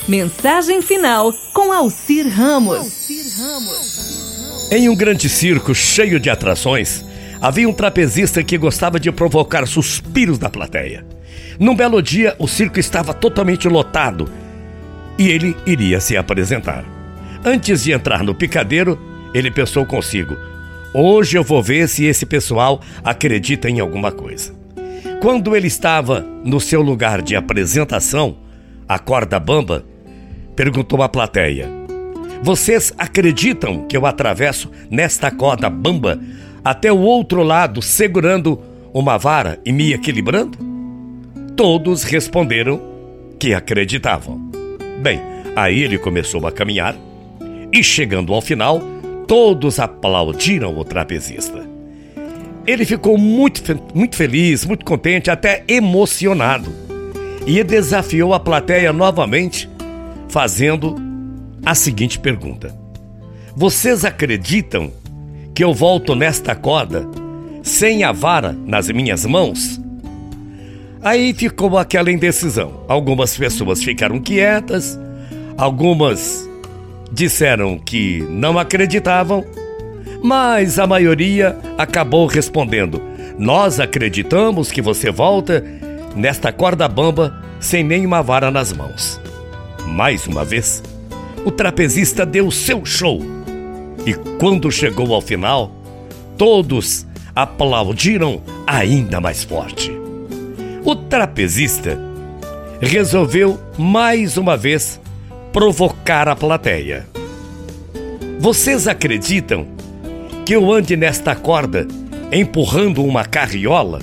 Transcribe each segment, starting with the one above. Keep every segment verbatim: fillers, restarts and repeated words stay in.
Mensagem final com Alcir Ramos. Em um grande circo cheio de atrações, havia um trapezista que gostava de provocar suspiros da plateia. Num belo dia, o circo estava totalmente lotado e ele iria se apresentar. Antes de entrar no picadeiro, ele pensou consigo: hoje eu vou ver se esse pessoal acredita em alguma coisa. Quando ele estava no seu lugar de apresentação, a corda bamba, perguntou à plateia: vocês acreditam que eu atravesso nesta corda bamba até o outro lado segurando uma vara e me equilibrando? Todos responderam que acreditavam. Bem, aí ele começou a caminhar e, chegando ao final, todos aplaudiram o trapezista. Ele ficou muito, muito feliz, muito contente, até emocionado, e desafiou a plateia novamente, fazendo a seguinte pergunta: vocês acreditam que eu volto nesta corda sem a vara nas minhas mãos? Aí ficou aquela indecisão. Algumas pessoas ficaram quietas, algumas disseram que não acreditavam, mas a maioria acabou respondendo: nós acreditamos que você volta nesta corda bamba sem nenhuma vara nas mãos. Mais uma vez, o trapezista deu seu show. E quando chegou ao final, todos aplaudiram ainda mais forte. O trapezista resolveu mais uma vez provocar a plateia. Vocês acreditam que eu ande nesta corda empurrando uma carriola?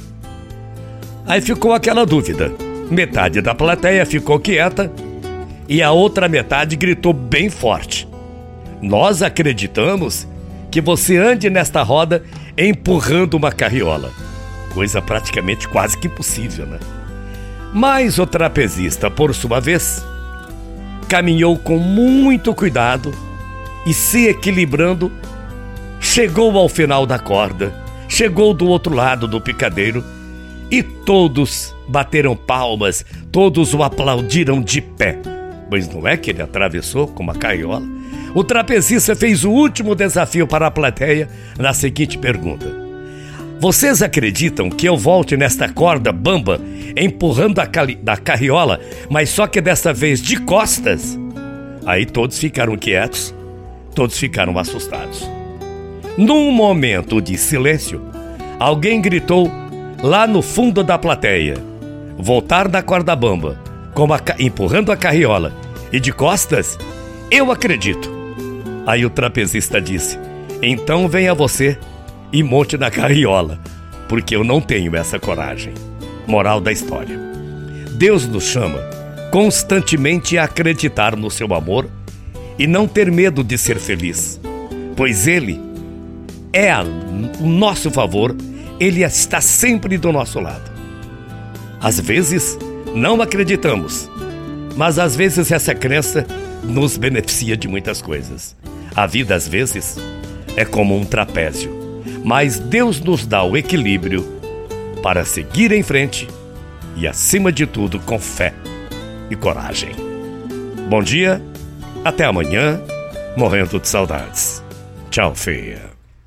Aí ficou aquela dúvida. Metade da plateia ficou quieta e a outra metade gritou bem forte: nós acreditamos que você ande nesta roda empurrando uma carriola. Coisa praticamente quase que impossível, né? Mas o trapezista, por sua vez, caminhou com muito cuidado e, se equilibrando, chegou ao final da corda, chegou do outro lado do picadeiro e todos bateram palmas, todos o aplaudiram de pé. Pois não é que ele atravessou com uma carriola? O trapezista fez o último desafio para a plateia na seguinte pergunta: vocês acreditam que eu volte nesta corda bamba empurrando a cali- da carriola, mas só que desta vez de costas? Aí todos ficaram quietos, todos ficaram assustados. Num momento de silêncio, alguém gritou lá no fundo da plateia: voltar na corda bamba, como a ca- empurrando a carriola e de costas? Eu acredito. Aí o trapezista disse: então venha você e monte na carriola, porque eu não tenho essa coragem. Moral da história: Deus nos chama constantemente a acreditar no seu amor e não ter medo de ser feliz, pois Ele é a, o nosso favor, Ele está sempre do nosso lado. Às vezes não acreditamos, mas às vezes essa crença nos beneficia de muitas coisas. A vida às vezes é como um trapézio, mas Deus nos dá o equilíbrio para seguir em frente e, acima de tudo, com fé e coragem. Bom dia, até amanhã, morrendo de saudades. Tchau, feia.